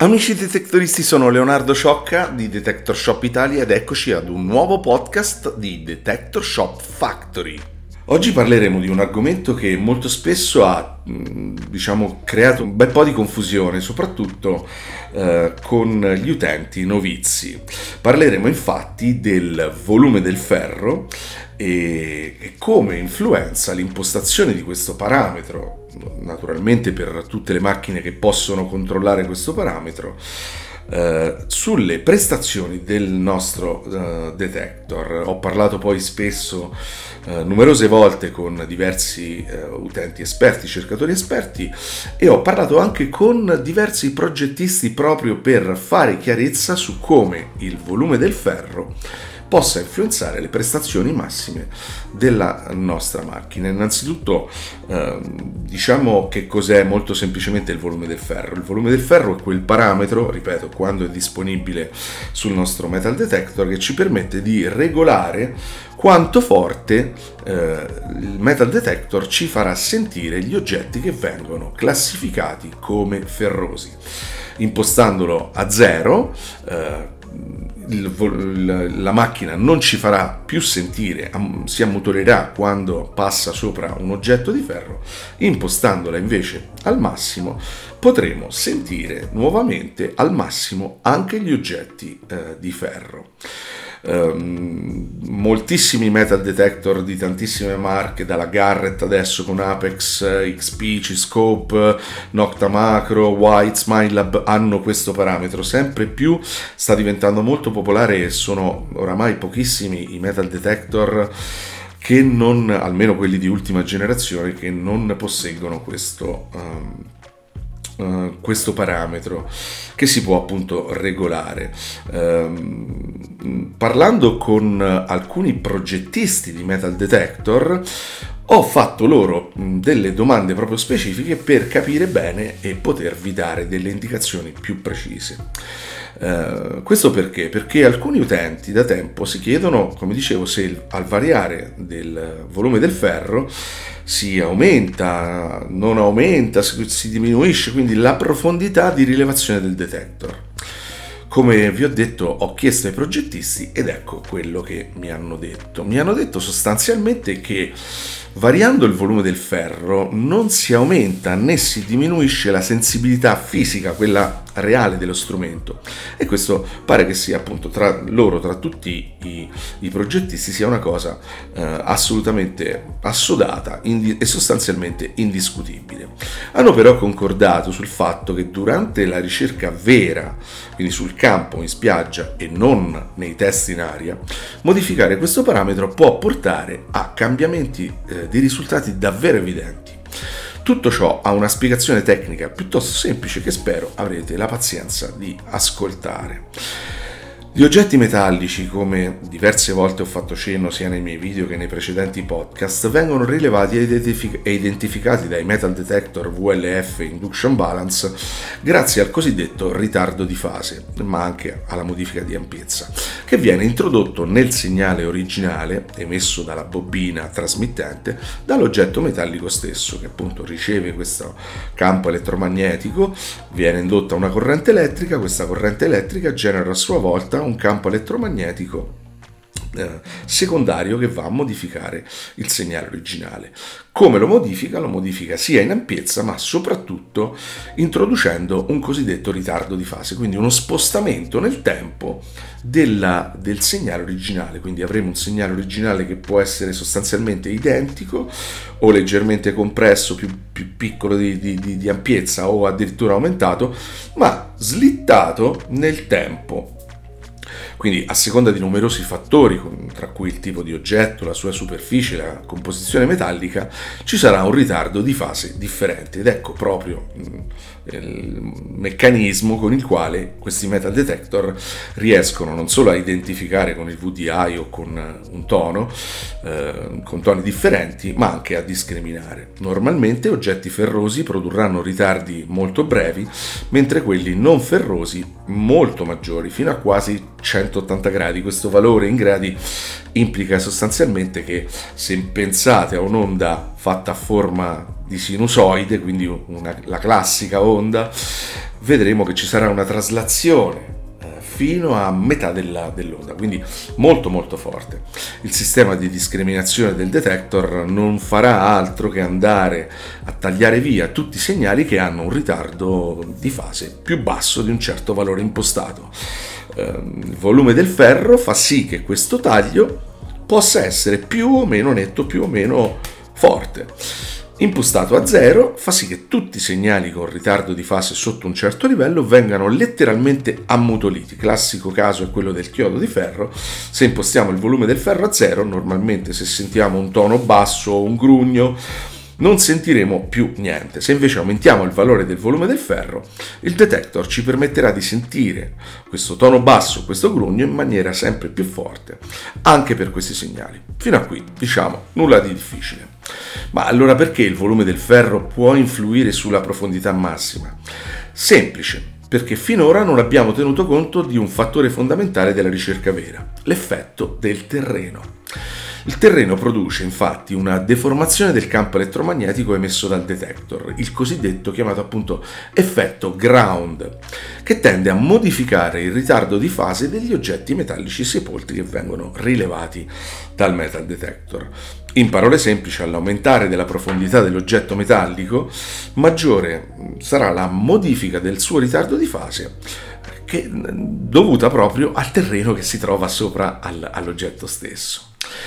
Amici detectoristi, sono Leonardo Ciocca di Detector Shop Italia ed eccoci ad un nuovo podcast di Detector Shop Factory. Oggi parleremo di un argomento che molto spesso ha, creato un bel po' di confusione, soprattutto con gli utenti novizi. Parleremo infatti del volume del ferro e come influenza l'impostazione di questo parametro, naturalmente per tutte le macchine che possono controllare questo parametro, sulle prestazioni del nostro detector. Ho parlato poi spesso, numerose volte, con diversi utenti esperti, cercatori esperti, e ho parlato anche con diversi progettisti proprio per fare chiarezza su come il volume del ferro possa influenzare le prestazioni massime della nostra macchina. Innanzitutto diciamo che cos'è molto semplicemente il volume del ferro. Il volume del ferro è quel parametro, ripeto, quando è disponibile sul nostro metal detector, che ci permette di regolare quanto forte il metal detector ci farà sentire gli oggetti che vengono classificati come ferrosi. Impostandolo a 0, la macchina non ci farà più sentire, si ammotorirà quando passa sopra un oggetto di ferro. Impostandola invece al massimo potremo sentire nuovamente al massimo anche gli oggetti di ferro. Moltissimi metal detector di tantissime marche, dalla Garrett adesso con Apex, XP, C-Scope, Nocta Macro, White, Smilab, hanno questo parametro. Sempre più sta diventando molto popolare e sono oramai pochissimi i metal detector che non, almeno quelli di ultima generazione, che non posseggono questo parametro che si può appunto regolare. Parlando con alcuni progettisti di metal detector, ho fatto loro delle domande proprio specifiche per capire bene e potervi dare delle indicazioni più precise. Questo perché? Perché alcuni utenti da tempo si chiedono, come dicevo, se al variare del volume del ferro si aumenta, non aumenta, si diminuisce, quindi la profondità di rilevazione del detector. Come vi ho detto, ho chiesto ai progettisti ed ecco quello che mi hanno detto. Mi hanno detto sostanzialmente che variando il volume del ferro non si aumenta né si diminuisce la sensibilità fisica, quella reale dello strumento, e questo pare che sia appunto tra tutti i progettisti sia una cosa assolutamente assodata e sostanzialmente indiscutibile. Hanno però concordato sul fatto che durante la ricerca vera, quindi sul campo, in spiaggia e non nei test in aria, modificare questo parametro può portare a cambiamenti di risultati davvero evidenti. Tutto ciò ha una spiegazione tecnica piuttosto semplice che spero avrete la pazienza di ascoltare. Gli oggetti metallici, come diverse volte ho fatto cenno sia nei miei video che nei precedenti podcast, vengono rilevati e identificati dai metal detector VLF Induction Balance grazie al cosiddetto ritardo di fase, ma anche alla modifica di ampiezza, che viene introdotto nel segnale originale emesso dalla bobina trasmittente dall'oggetto metallico stesso, che appunto riceve questo campo elettromagnetico, viene indotta una corrente elettrica, questa corrente elettrica genera a sua volta un campo elettromagnetico secondario che va a modificare il segnale originale. Come lo modifica? Lo modifica sia in ampiezza ma soprattutto introducendo un cosiddetto ritardo di fase, quindi uno spostamento nel tempo del segnale originale. Quindi avremo un segnale originale che può essere sostanzialmente identico o leggermente compresso, più piccolo di ampiezza o addirittura aumentato, ma slittato nel tempo. Quindi a seconda di numerosi fattori, tra cui il tipo di oggetto, la sua superficie, la composizione metallica, ci sarà un ritardo di fase differente, ed ecco proprio il meccanismo con il quale questi metal detector riescono non solo a identificare con il VDI o con un tono, con toni differenti, ma anche a discriminare. Normalmente oggetti ferrosi produrranno ritardi molto brevi, mentre quelli non ferrosi molto maggiori, fino a quasi 180 gradi. Questo valore in gradi implica sostanzialmente che se pensate a un'onda fatta a forma di sinusoide, quindi la classica onda, vedremo che ci sarà una traslazione fino a metà dell'onda, quindi molto molto forte. Il sistema di discriminazione del detector non farà altro che andare a tagliare via tutti i segnali che hanno un ritardo di fase più basso di un certo valore impostato. Il volume del ferro fa sì che questo taglio possa essere più o meno netto, più o meno forte. Impostato a 0 fa sì che tutti i segnali con ritardo di fase sotto un certo livello vengano letteralmente ammutoliti. Classico caso è quello del chiodo di ferro. Se impostiamo il volume del ferro a 0, normalmente se sentiamo un tono basso o un grugno non sentiremo più niente. Se invece aumentiamo il valore del volume del ferro, il detector ci permetterà di sentire questo tono basso, questo grugno in maniera sempre più forte, anche per questi segnali. Fino a qui, diciamo, nulla di difficile. Ma allora perché il volume del ferro può influire sulla profondità massima? Semplice, perché finora non abbiamo tenuto conto di un fattore fondamentale della ricerca vera, l'effetto del terreno. Il terreno produce infatti una deformazione del campo elettromagnetico emesso dal detector, il cosiddetto chiamato appunto effetto ground, che tende a modificare il ritardo di fase degli oggetti metallici sepolti che vengono rilevati dal metal detector. In parole semplici, all'aumentare della profondità dell'oggetto metallico, maggiore sarà la modifica del suo ritardo di fase, che dovuta proprio al terreno che si trova sopra all'oggetto stesso.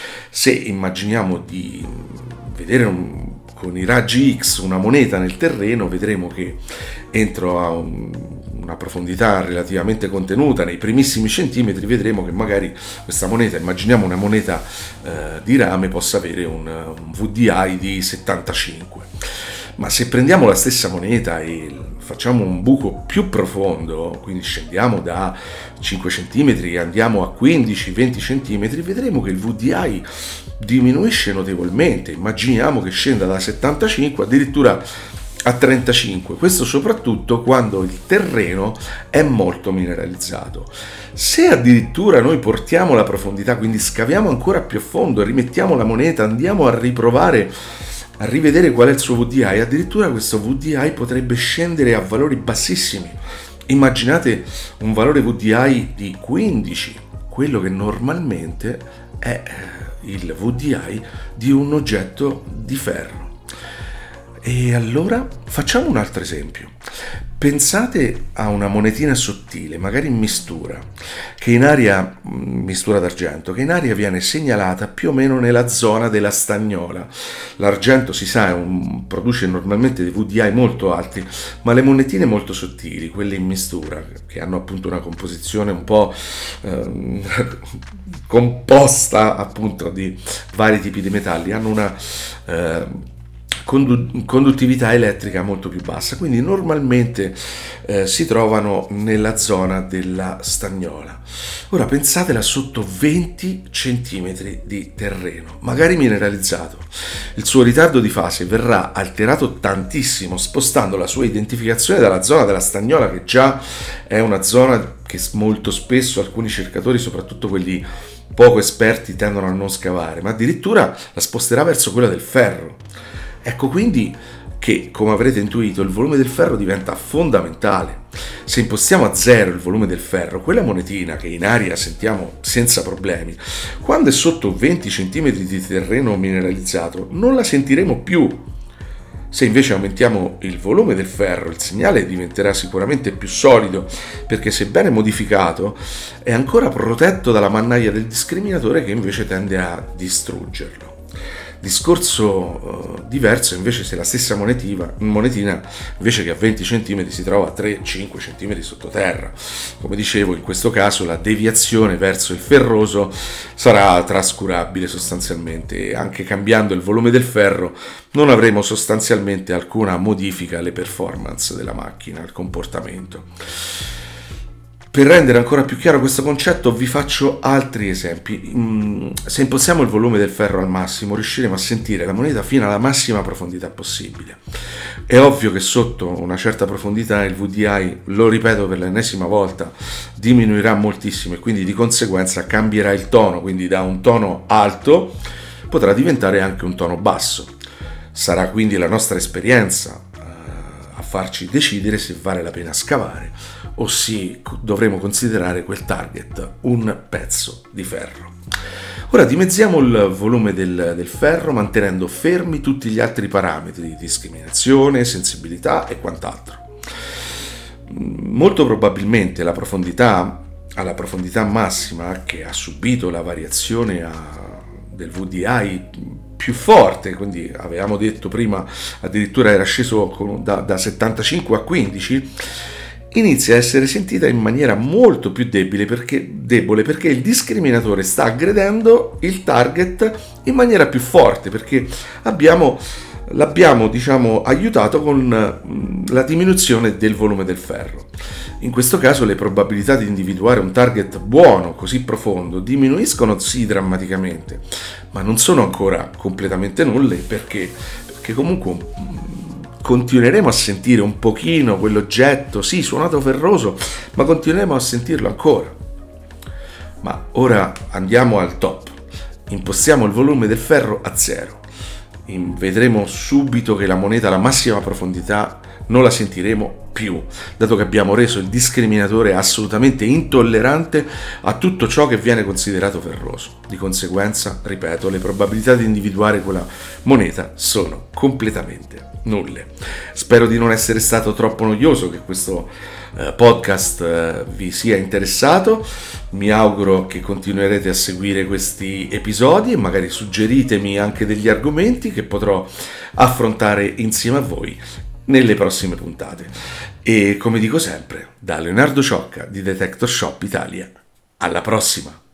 Se immaginiamo di vedere con i raggi X una moneta nel terreno, vedremo che entro a una profondità relativamente contenuta, nei primissimi centimetri, vedremo che magari questa moneta, immaginiamo una moneta di rame, possa avere un VDI di 75. Ma se prendiamo la stessa moneta e facciamo un buco più profondo, quindi scendiamo da 5 cm e andiamo a 15-20 cm, vedremo che il VDI diminuisce notevolmente. Immaginiamo che scenda da 75 addirittura a 35, questo soprattutto quando il terreno è molto mineralizzato. Se addirittura noi portiamo la profondità, quindi scaviamo ancora più a fondo, rimettiamo la moneta, andiamo a riprovare a rivedere qual è il suo VDI, addirittura questo VDI potrebbe scendere a valori bassissimi. Immaginate un valore VDI di 15, quello che normalmente è il VDI di un oggetto di ferro. E allora facciamo un altro esempio. Pensate a una monetina sottile, magari in mistura, che in aria, mistura d'argento, che in aria viene segnalata più o meno nella zona della stagnola. L'argento, si sa, produce normalmente dei VDI molto alti, ma le monetine molto sottili, quelle in mistura, che hanno appunto una composizione un po' composta appunto di vari tipi di metalli, hanno una conduttività elettrica molto più bassa, quindi normalmente si trovano nella zona della stagnola. Ora pensatela sotto 20 cm di terreno, magari mineralizzato. Il suo ritardo di fase verrà alterato tantissimo, spostando la sua identificazione dalla zona della stagnola, che già è una zona che molto spesso alcuni cercatori, soprattutto quelli poco esperti, tendono a non scavare, ma addirittura la sposterà verso quella del ferro. Ecco quindi che, come avrete intuito, il volume del ferro diventa fondamentale. Se impostiamo a 0 il volume del ferro, quella monetina che in aria sentiamo senza problemi, quando è sotto 20 cm di terreno mineralizzato non la sentiremo più. Se invece aumentiamo il volume del ferro, il segnale diventerà sicuramente più solido, perché sebbene modificato è ancora protetto dalla mannaia del discriminatore, che invece tende a distruggerlo. Discorso diverso invece se la stessa monetina invece che a 20 cm si trova a 3-5 cm sottoterra. Come dicevo, in questo caso la deviazione verso il ferroso sarà trascurabile sostanzialmente, e anche cambiando il volume del ferro non avremo sostanzialmente alcuna modifica alle performance della macchina, al comportamento. Per rendere ancora più chiaro questo concetto vi faccio altri esempi. Se impostiamo il volume del ferro al massimo, riusciremo a sentire la moneta fino alla massima profondità possibile. È ovvio che sotto una certa profondità il VDI, lo ripeto per l'ennesima volta, diminuirà moltissimo e quindi di conseguenza cambierà il tono, quindi da un tono alto potrà diventare anche un tono basso. Sarà quindi la nostra esperienza a farci decidere se vale la pena scavare o se dovremo considerare quel target un pezzo di ferro. Ora dimezziamo il volume del ferro mantenendo fermi tutti gli altri parametri di discriminazione, sensibilità e quant'altro. Molto probabilmente alla profondità massima che ha subito la variazione del VDI più forte, quindi avevamo detto prima addirittura era sceso da 75 a 15, inizia a essere sentita in maniera molto più debole perché il discriminatore sta aggredendo il target in maniera più forte, perché l'abbiamo aiutato con la diminuzione del volume del ferro. In questo caso le probabilità di individuare un target buono così profondo diminuiscono sì drammaticamente, ma non sono ancora completamente nulle perché comunque continueremo a sentire un pochino quell'oggetto, sì, suonato ferroso, ma continueremo a sentirlo ancora. Ma ora andiamo al top, impostiamo il volume del ferro a 0. Vedremo subito che la moneta alla massima profondità non la sentiremo più, dato che abbiamo reso il discriminatore assolutamente intollerante a tutto ciò che viene considerato ferroso. Di conseguenza, ripeto, le probabilità di individuare quella moneta sono completamente nulle. Spero di non essere stato troppo noioso, che questo podcast vi sia interessato. Mi auguro che continuerete a seguire questi episodi e magari suggeritemi anche degli argomenti che potrò affrontare insieme a voi nelle prossime puntate. E come dico sempre, da Leonardo Ciocca di Detector Shop Italia, alla prossima!